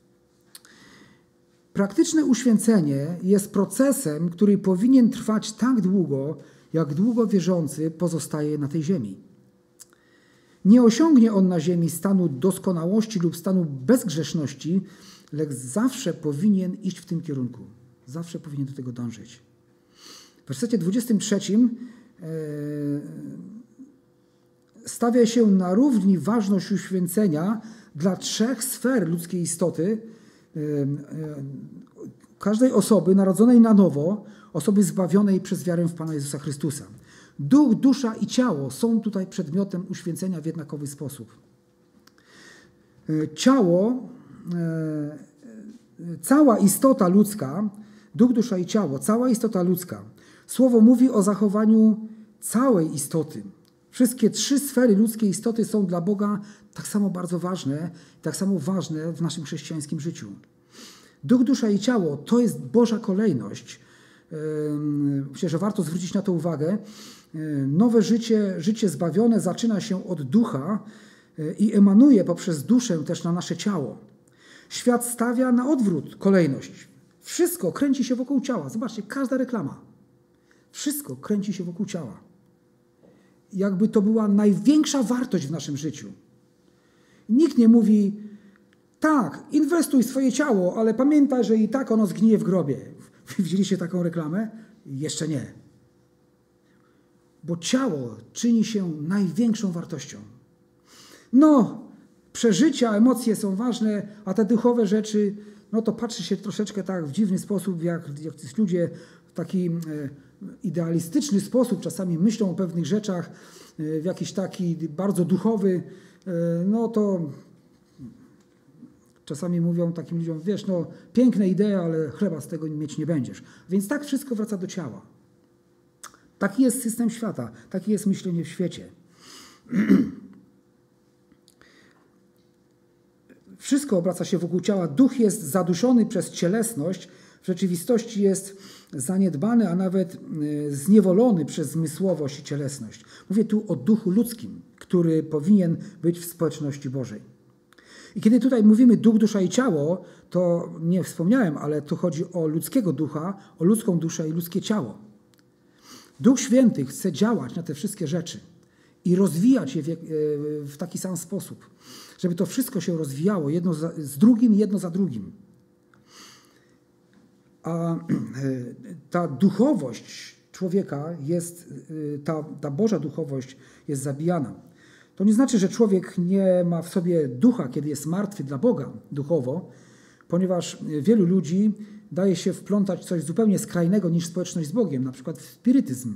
Praktyczne uświęcenie jest procesem, który powinien trwać tak długo, jak długo wierzący pozostaje na tej ziemi. Nie osiągnie on na ziemi stanu doskonałości lub stanu bezgrzeszności, lecz zawsze powinien iść w tym kierunku. Zawsze powinien do tego dążyć. W wersecie 23 stawia się na równi ważność uświęcenia dla 3 sfer ludzkiej istoty, każdej osoby narodzonej na nowo, osoby zbawionej przez wiarę w Pana Jezusa Chrystusa. Duch, dusza i ciało są tutaj przedmiotem uświęcenia w jednakowy sposób. Ciało, cała istota ludzka, duch, dusza i ciało, cała istota ludzka. Słowo mówi o zachowaniu całej istoty. Wszystkie 3 sfery ludzkiej istoty są dla Boga tak samo bardzo ważne, tak samo ważne w naszym chrześcijańskim życiu. Duch, dusza i ciało to jest Boża kolejność. Myślę, że warto zwrócić na to uwagę. Nowe życie zbawione zaczyna się od ducha i emanuje poprzez duszę też na nasze ciało. Świat stawia na odwrót kolejność. Wszystko kręci się wokół ciała. Zobaczcie, każda reklama. Wszystko kręci się wokół ciała. Jakby to była największa wartość w naszym życiu. Nikt nie mówi: tak, inwestuj w swoje ciało, ale pamiętaj, że i tak ono zgnije w grobie. Widzieliście taką reklamę? Jeszcze nie. Bo ciało czyni się największą wartością. No, przeżycia, emocje są ważne, a te duchowe rzeczy, no to patrzy się troszeczkę tak w dziwny sposób, jak ludzie w taki idealistyczny sposób czasami myślą o pewnych rzeczach, w jakiś taki bardzo duchowy, no to czasami mówią takim ludziom: wiesz, no piękne idee, ale chleba z tego mieć nie będziesz. Więc tak wszystko wraca do ciała. Taki jest system świata, takie jest myślenie w świecie. Wszystko obraca się wokół ciała. Duch jest zaduszony przez cielesność, w rzeczywistości jest zaniedbany, a nawet zniewolony przez zmysłowość i cielesność. Mówię tu o duchu ludzkim, który powinien być w społeczności Bożej. I kiedy tutaj mówimy duch, dusza i ciało, to nie wspomniałem, ale tu chodzi o ludzkiego ducha, o ludzką duszę i ludzkie ciało. Duch Święty chce działać na te wszystkie rzeczy i rozwijać je w taki sam sposób, żeby to wszystko się rozwijało jedno z drugim, jedno za drugim. A ta duchowość człowieka jest, ta Boża duchowość jest zabijana. To nie znaczy, że człowiek nie ma w sobie ducha, kiedy jest martwy dla Boga duchowo, ponieważ wielu ludzi daje się wplątać w coś zupełnie skrajnego niż społeczność z Bogiem, na przykład w spirytyzm.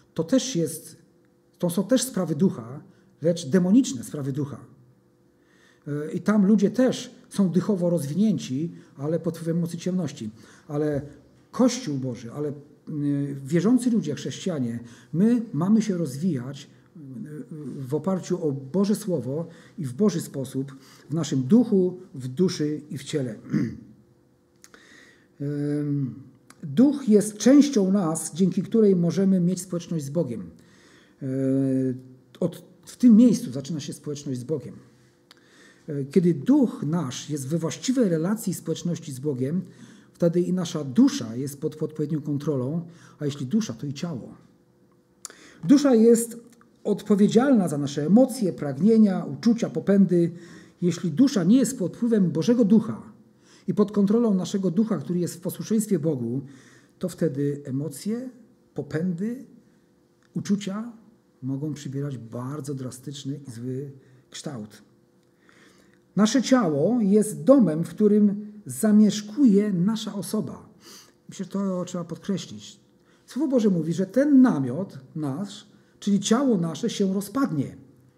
To są też sprawy ducha, lecz demoniczne sprawy ducha. I tam ludzie też są duchowo rozwinięci, ale pod wpływem mocy ciemności. Ale Kościół Boży, ale wierzący ludzie, chrześcijanie, my mamy się rozwijać w oparciu o Boże Słowo i w Boży sposób, w naszym duchu, w duszy i w ciele. Duch jest częścią nas, dzięki której możemy mieć społeczność z Bogiem. W tym miejscu zaczyna się społeczność z Bogiem. Kiedy duch nasz jest we właściwej relacji społeczności z Bogiem, wtedy i nasza dusza jest pod odpowiednią kontrolą, a jeśli dusza, to i ciało. Dusza jest odpowiedzialna za nasze emocje, pragnienia, uczucia, popędy. Jeśli dusza nie jest pod wpływem Bożego Ducha i pod kontrolą naszego ducha, który jest w posłuszeństwie Bogu, to wtedy emocje, popędy, uczucia mogą przybierać bardzo drastyczny i zły kształt. Nasze ciało jest domem, w którym zamieszkuje nasza osoba. Myślę, że to trzeba podkreślić. Słowo Boże mówi, że ten namiot nasz, czyli ciało nasze, się rozpadnie.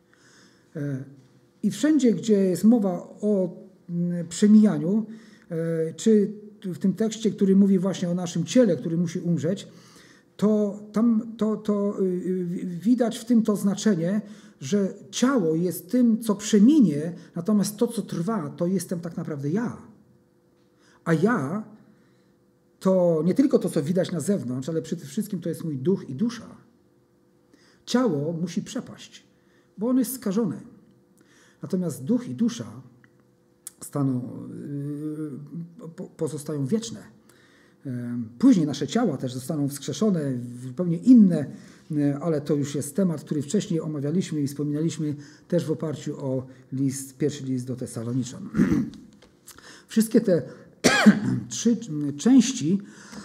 I wszędzie, gdzie jest mowa o przemijaniu, czy w tym tekście, który mówi właśnie o naszym ciele, który musi umrzeć, to widać w tym to znaczenie, że ciało jest tym, co przeminie, natomiast to, co trwa, to jestem tak naprawdę ja. A ja to nie tylko to, co widać na zewnątrz, ale przede wszystkim to jest mój duch i dusza. Ciało musi przepaść, bo ono jest skażone. Natomiast duch i dusza pozostają wieczne. Później nasze ciała też zostaną wskrzeszone, zupełnie inne, ale to już jest temat, który wcześniej omawialiśmy i wspominaliśmy też w oparciu o pierwszy list do Tesaloniczan. Wszystkie te trzy części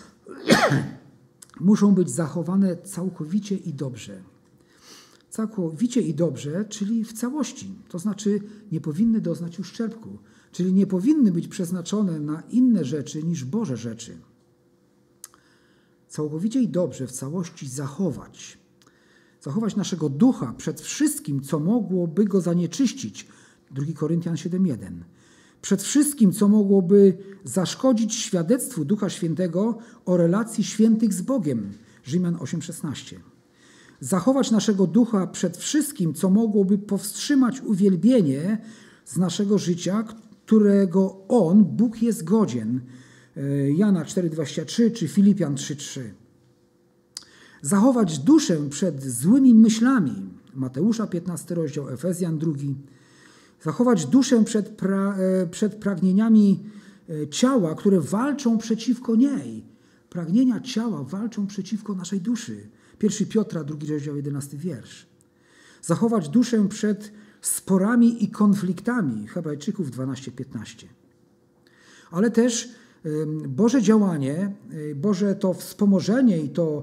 muszą być zachowane całkowicie i dobrze. Całkowicie i dobrze, czyli w całości. To znaczy nie powinny doznać uszczerbku, czyli nie powinny być przeznaczone na inne rzeczy niż Boże rzeczy. Całkowicie i dobrze w całości zachować. Zachować naszego ducha przed wszystkim, co mogłoby go zanieczyścić. 2 Koryntian 7:1. Przed wszystkim, co mogłoby zaszkodzić świadectwu Ducha Świętego o relacji świętych z Bogiem. Rzymian 8:16. Zachować naszego ducha przed wszystkim, co mogłoby powstrzymać uwielbienie z naszego życia, którego On, Bóg, jest godzien. Jana 4:23 czy Filipian 3:3. Zachować duszę przed złymi myślami. Mateusza 15 rozdział, Efezjan 2. Zachować duszę przed pragnieniami ciała, które walczą przeciwko niej. Pragnienia ciała walczą przeciwko naszej duszy. 1 Piotra 2 rozdział, 11 wiersz. Zachować duszę przed sporami i konfliktami. Hebrajczyków 12:15. Ale też Boże działanie, Boże to wspomożenie i to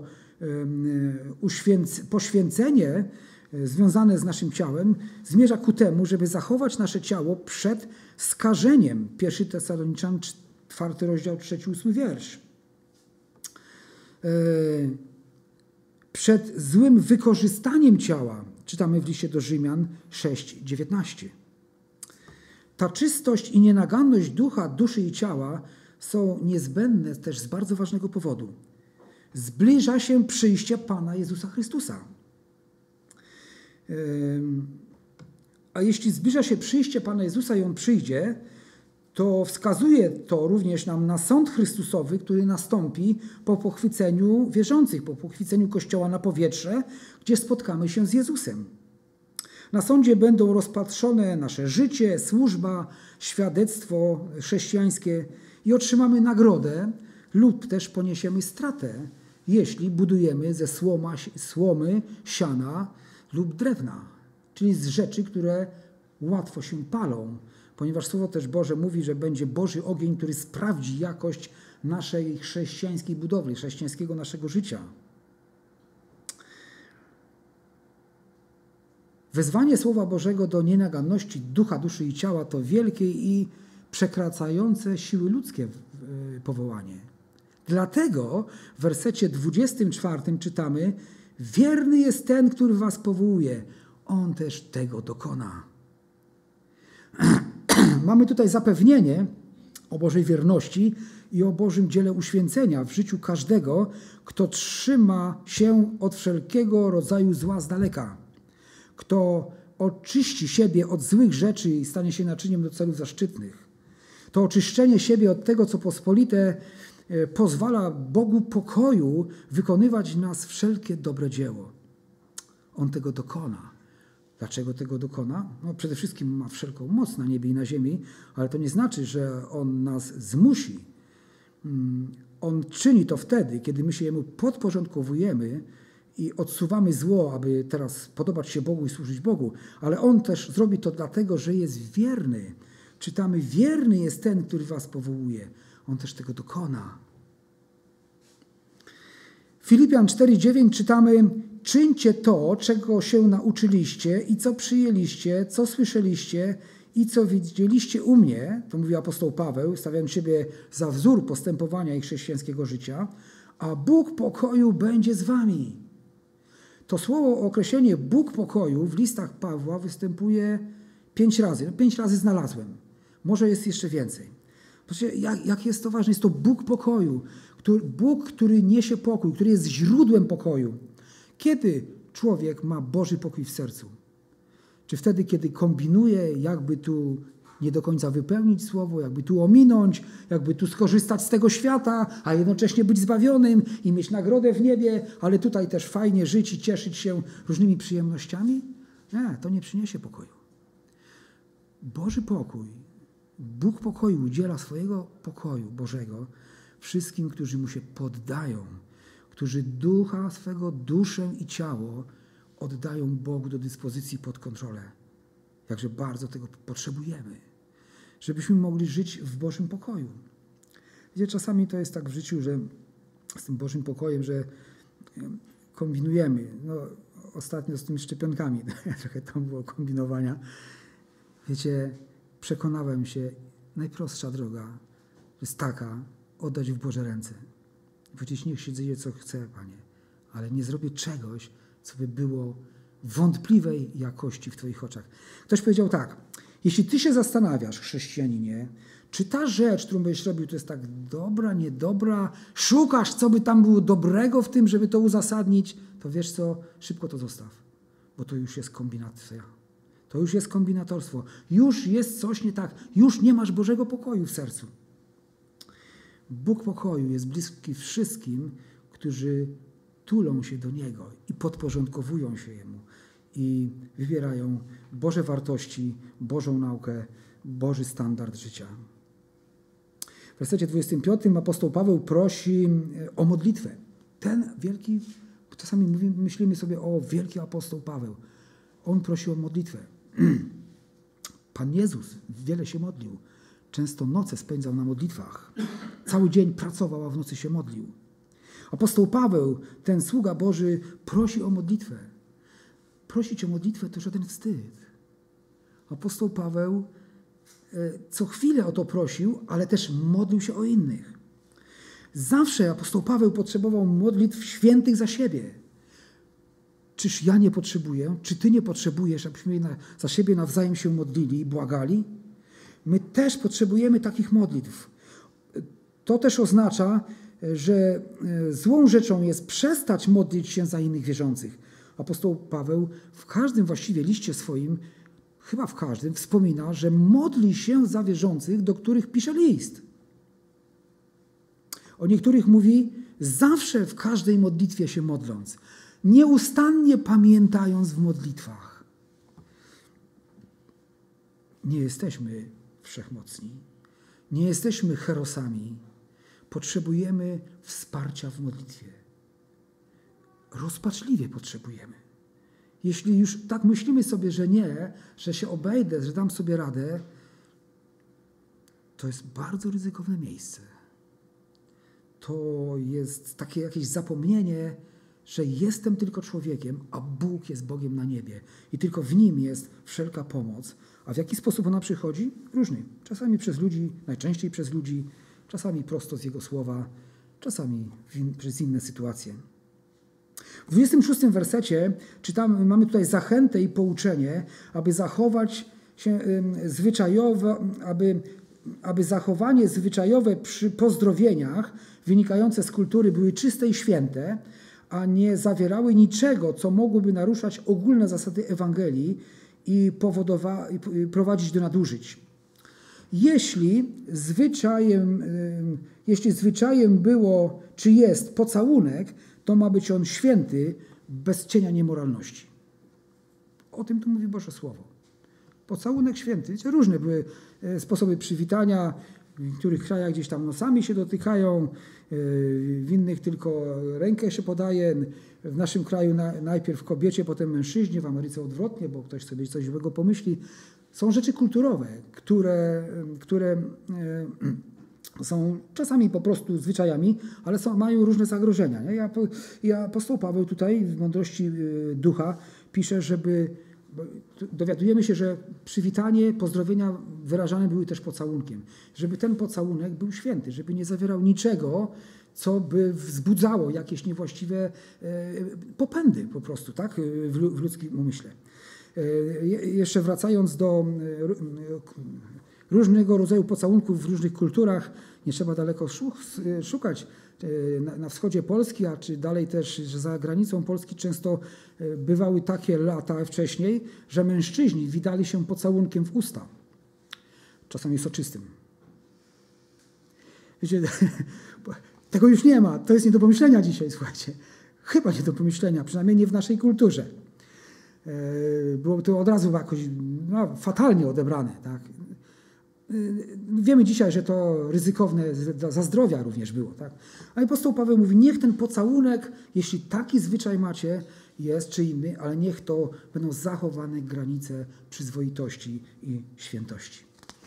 poświęcenie związane z naszym ciałem zmierza ku temu, żeby zachować nasze ciało przed skażeniem. 1 Tesaloniczan 4 rozdział 3-8 wiersz. Przed złym wykorzystaniem ciała. Czytamy w liście do Rzymian 6:19. Ta czystość i nienaganność ducha, duszy i ciała są niezbędne też z bardzo ważnego powodu. Zbliża się przyjście Pana Jezusa Chrystusa. A jeśli zbliża się przyjście Pana Jezusa i On przyjdzie, to wskazuje to również nam na sąd Chrystusowy, który nastąpi po pochwyceniu wierzących, po pochwyceniu Kościoła na powietrze, gdzie spotkamy się z Jezusem. Na sądzie będą rozpatrzone nasze życie, służba, świadectwo chrześcijańskie i otrzymamy nagrodę lub też poniesiemy stratę, jeśli budujemy ze słomy, siana lub drewna, czyli z rzeczy, które łatwo się palą, ponieważ Słowo też Boże mówi, że będzie Boży ogień, który sprawdzi jakość naszej chrześcijańskiej budowli, chrześcijańskiego naszego życia. Wezwanie Słowa Bożego do nienaganności ducha, duszy i ciała to wielkie i przekraczające siły ludzkie powołanie. Dlatego w wersecie 24 czytamy: wierny jest ten, który was powołuje. On też tego dokona. Mamy tutaj zapewnienie o Bożej wierności i o Bożym dziele uświęcenia w życiu każdego, kto trzyma się od wszelkiego rodzaju zła z daleka. Kto oczyści siebie od złych rzeczy i stanie się naczyniem do celów zaszczytnych. To oczyszczenie siebie od tego, co pospolite, pozwala Bogu pokoju wykonywać w nas wszelkie dobre dzieło. On tego dokona. Dlaczego tego dokona? No, przede wszystkim ma wszelką moc na niebie i na ziemi, ale to nie znaczy, że On nas zmusi. On czyni to wtedy, kiedy my się Jemu podporządkowujemy i odsuwamy zło, aby teraz podobać się Bogu i służyć Bogu. Ale On też zrobi to dlatego, że jest wierny. Czytamy: wierny jest ten, który was powołuje. On też tego dokona. Filipian 4:9 czytamy: czyńcie to, czego się nauczyliście i co przyjęliście, co słyszeliście i co widzieliście u mnie, to mówi apostoł Paweł, stawiając siebie za wzór postępowania i chrześcijańskiego życia, a Bóg pokoju będzie z wami. To słowo, określenie Bóg pokoju w listach Pawła występuje 5 razy. 5 razy znalazłem. Może jest jeszcze więcej. Patrzcie, jak jest to ważne. Jest to Bóg pokoju. Bóg, który niesie pokój, który jest źródłem pokoju. Kiedy człowiek ma Boży pokój w sercu? Czy wtedy, kiedy kombinuje, jakby tu nie do końca wypełnić słowo, jakby tu ominąć, jakby tu skorzystać z tego świata, a jednocześnie być zbawionym i mieć nagrodę w niebie, ale tutaj też fajnie żyć i cieszyć się różnymi przyjemnościami? Nie, to nie przyniesie pokoju. Boży pokój, Bóg pokoju udziela swojego pokoju Bożego wszystkim, którzy Mu się poddają, którzy ducha swego, duszę i ciało oddają Bogu do dyspozycji pod kontrolę. Jakże bardzo tego potrzebujemy, żebyśmy mogli żyć w Bożym pokoju. Wiecie, czasami to jest tak w życiu, że z tym Bożym pokojem, że kombinujemy. No, ostatnio z tymi szczepionkami trochę tam było kombinowania. Wiecie, przekonałem się, najprostsza droga jest taka: oddać w Boże ręce. Powiedzieć: niech się dzieje, co chce, Panie, ale nie zrobię czegoś, co by było wątpliwej jakości w Twoich oczach. Ktoś powiedział tak: jeśli Ty się zastanawiasz, chrześcijaninie, czy ta rzecz, którą będziesz robił, to jest tak dobra, niedobra, szukasz, co by tam było dobrego w tym, żeby to uzasadnić, to wiesz co, szybko to zostaw, bo to już jest kombinacja. To już jest kombinatorstwo. Już jest coś nie tak. Już nie masz Bożego pokoju w sercu. Bóg pokoju jest bliski wszystkim, którzy tulą się do Niego i podporządkowują się Jemu i wybierają Boże wartości, Bożą naukę, Boży standard życia. W wersecie 25 apostoł Paweł prosi o modlitwę. Ten wielki, czasami myślimy sobie: o, wielki apostoł Paweł. On prosi o modlitwę. Pan Jezus wiele się modlił. Często noce spędzał na modlitwach. Cały dzień pracował, a w nocy się modlił. Apostoł Paweł, ten sługa Boży, prosi o modlitwę. Prosić o modlitwę to żaden wstyd. Apostoł Paweł co chwilę o to prosił, ale też modlił się o innych. Zawsze apostoł Paweł potrzebował modlitw świętych za siebie. Czyż ja nie potrzebuję? Czy ty nie potrzebujesz, abyśmy za siebie nawzajem się modlili i błagali? My też potrzebujemy takich modlitw. To też oznacza, że złą rzeczą jest przestać modlić się za innych wierzących. Apostoł Paweł w każdym właściwie liście swoim, chyba w każdym, wspomina, że modli się za wierzących, do których pisze list. O niektórych mówi: zawsze w każdej modlitwie się modląc, nieustannie pamiętając w modlitwach. Nie jesteśmy wszechmocni. Nie jesteśmy herosami. Potrzebujemy wsparcia w modlitwie. Rozpaczliwie potrzebujemy. Jeśli już tak myślimy sobie, że nie, że się obejdę, że dam sobie radę, to jest bardzo ryzykowne miejsce. To jest takie jakieś zapomnienie, że jestem tylko człowiekiem, a Bóg jest Bogiem na niebie. I tylko w Nim jest wszelka pomoc. A w jaki sposób ona przychodzi? Różnie. Czasami przez ludzi, najczęściej przez ludzi, czasami prosto z Jego słowa, czasami przez inne sytuacje. W 26 wersecie czytamy, mamy tutaj zachętę i pouczenie, aby zachować się zwyczajowo, aby zachowanie zwyczajowe przy pozdrowieniach wynikające z kultury były czyste i święte, a nie zawierały niczego, co mogłoby naruszać ogólne zasady Ewangelii i prowadzić do nadużyć. Jeśli zwyczajem było, czy jest pocałunek, to ma być on święty, bez cienia niemoralności. O tym tu mówi Boże Słowo. Pocałunek święty. Różne były sposoby przywitania. W niektórych krajach gdzieś tam nosami się dotykają, w innych tylko rękę się podaje. W naszym kraju najpierw kobiecie, potem mężczyźnie, w Ameryce odwrotnie, bo ktoś sobie coś złego pomyśli. Są rzeczy kulturowe, które są czasami po prostu zwyczajami, ale mają różne zagrożenia. Nie? I apostoł Paweł tutaj w mądrości ducha pisze, dowiadujemy się, że przywitanie, pozdrowienia wyrażane były też pocałunkiem. Żeby ten pocałunek był święty, żeby nie zawierał niczego, co by wzbudzało jakieś niewłaściwe popędy po prostu, tak? w ludzkim umyśle. Jeszcze wracając do różnego rodzaju pocałunków w różnych kulturach, nie trzeba daleko szukać. Na wschodzie Polski, a czy dalej też za granicą Polski często bywały takie lata wcześniej, że mężczyźni witali się pocałunkiem w usta. Czasami soczystym. Wiecie, tego już nie ma. To jest nie do pomyślenia dzisiaj, słuchajcie. Chyba nie do pomyślenia, przynajmniej nie w naszej kulturze. Było to od razu jakoś fatalnie odebrane. Tak? Wiemy dzisiaj, że to ryzykowne za zdrowia również było. Tak? A apostoł Paweł mówi, niech ten pocałunek, jeśli taki zwyczaj macie, jest czy inny, ale niech to będą zachowane granice przyzwoitości i świętości.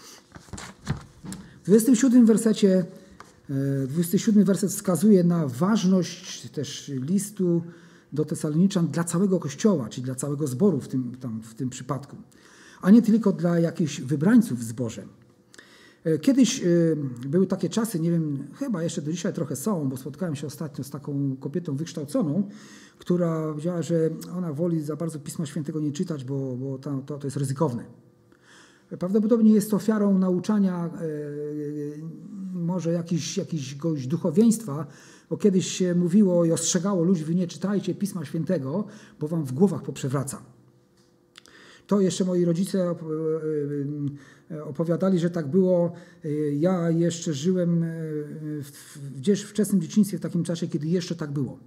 W 27 wersecie 27 werset wskazuje na ważność też listu do Tesaloniczan dla całego Kościoła, czyli dla całego zboru w tym przypadku, a nie tylko dla jakichś wybrańców w zborze. Kiedyś były takie czasy, nie wiem, chyba jeszcze do dzisiaj trochę są, bo spotkałem się ostatnio z taką kobietą wykształconą, która powiedziała, że ona woli za bardzo Pisma Świętego nie czytać, bo to jest ryzykowne. Prawdopodobnie jest ofiarą nauczania może jakiegoś duchowieństwa, bo kiedyś się mówiło i ostrzegało ludzi, wy nie czytajcie Pisma Świętego, bo wam w głowach poprzewraca. To jeszcze moi rodzice opowiadali, że tak było. Ja jeszcze żyłem gdzieś w wczesnym dzieciństwie, w takim czasie, kiedy jeszcze tak było.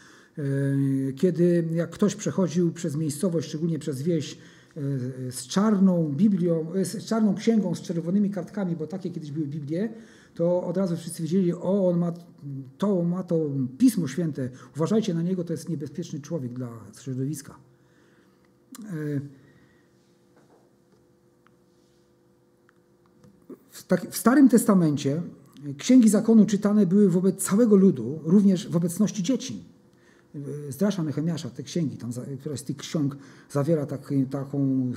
Kiedy jak ktoś przechodził przez miejscowość, szczególnie przez wieś, z czarną Biblią, z czarną księgą, z czerwonymi kartkami, bo takie kiedyś były Biblie, to od razu wszyscy wiedzieli, on ma to Pismo Święte, uważajcie na niego, to jest niebezpieczny człowiek dla środowiska. W Starym Testamencie księgi zakonu czytane były wobec całego ludu, również w obecności dzieci. Zdrasza, Nehemiasza, te księgi, któraś z tych ksiąg zawiera taką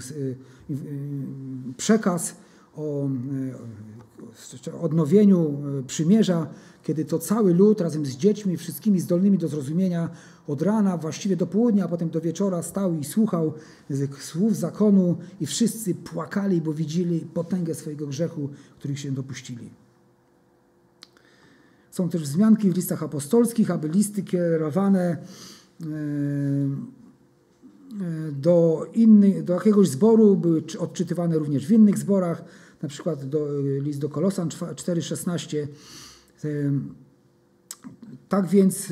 przekaz o odnowieniu przymierza, kiedy to cały lud razem z dziećmi, wszystkimi zdolnymi do zrozumienia od rana, właściwie do południa, a potem do wieczora stał i słuchał słów zakonu i wszyscy płakali, bo widzieli potęgę swojego grzechu, których się dopuścili. Są też wzmianki w listach apostolskich, aby listy kierowane do jakiegoś zboru były odczytywane również w innych zborach, na przykład list do Kolosan 4,16. Tak więc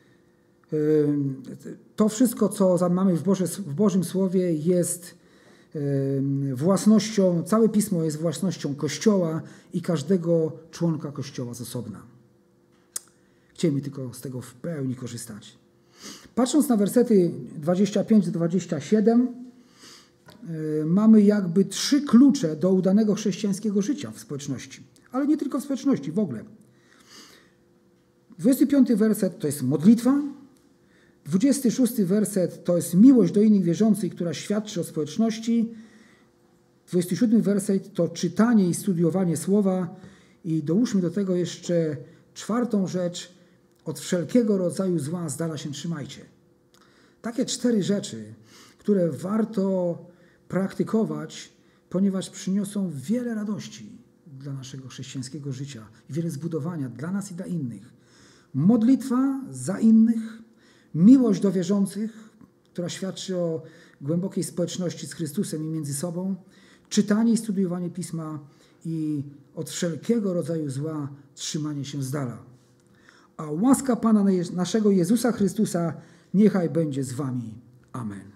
to wszystko, co mamy w Bożym Słowie, jest własnością, całe Pismo jest własnością Kościoła i każdego członka Kościoła z osobna. Chcielibyśmy tylko z tego w pełni korzystać. Patrząc na wersety 25-27, mamy jakby 3 klucze do udanego chrześcijańskiego życia w społeczności. Ale nie tylko w społeczności, w ogóle. 25 werset to jest modlitwa. 26 werset to jest miłość do innych wierzących, która świadczy o społeczności. 27 werset to czytanie i studiowanie słowa. I dołóżmy do tego jeszcze 4. rzecz. Od wszelkiego rodzaju zła z dala się trzymajcie. Takie 4 rzeczy, które warto praktykować, ponieważ przyniosą wiele radości dla naszego chrześcijańskiego życia i wiele zbudowania dla nas i dla innych. Modlitwa za innych, miłość do wierzących, która świadczy o głębokiej społeczności z Chrystusem i między sobą, czytanie i studiowanie Pisma i od wszelkiego rodzaju zła trzymanie się z dala. A łaska Pana naszego Jezusa Chrystusa niechaj będzie z wami. Amen.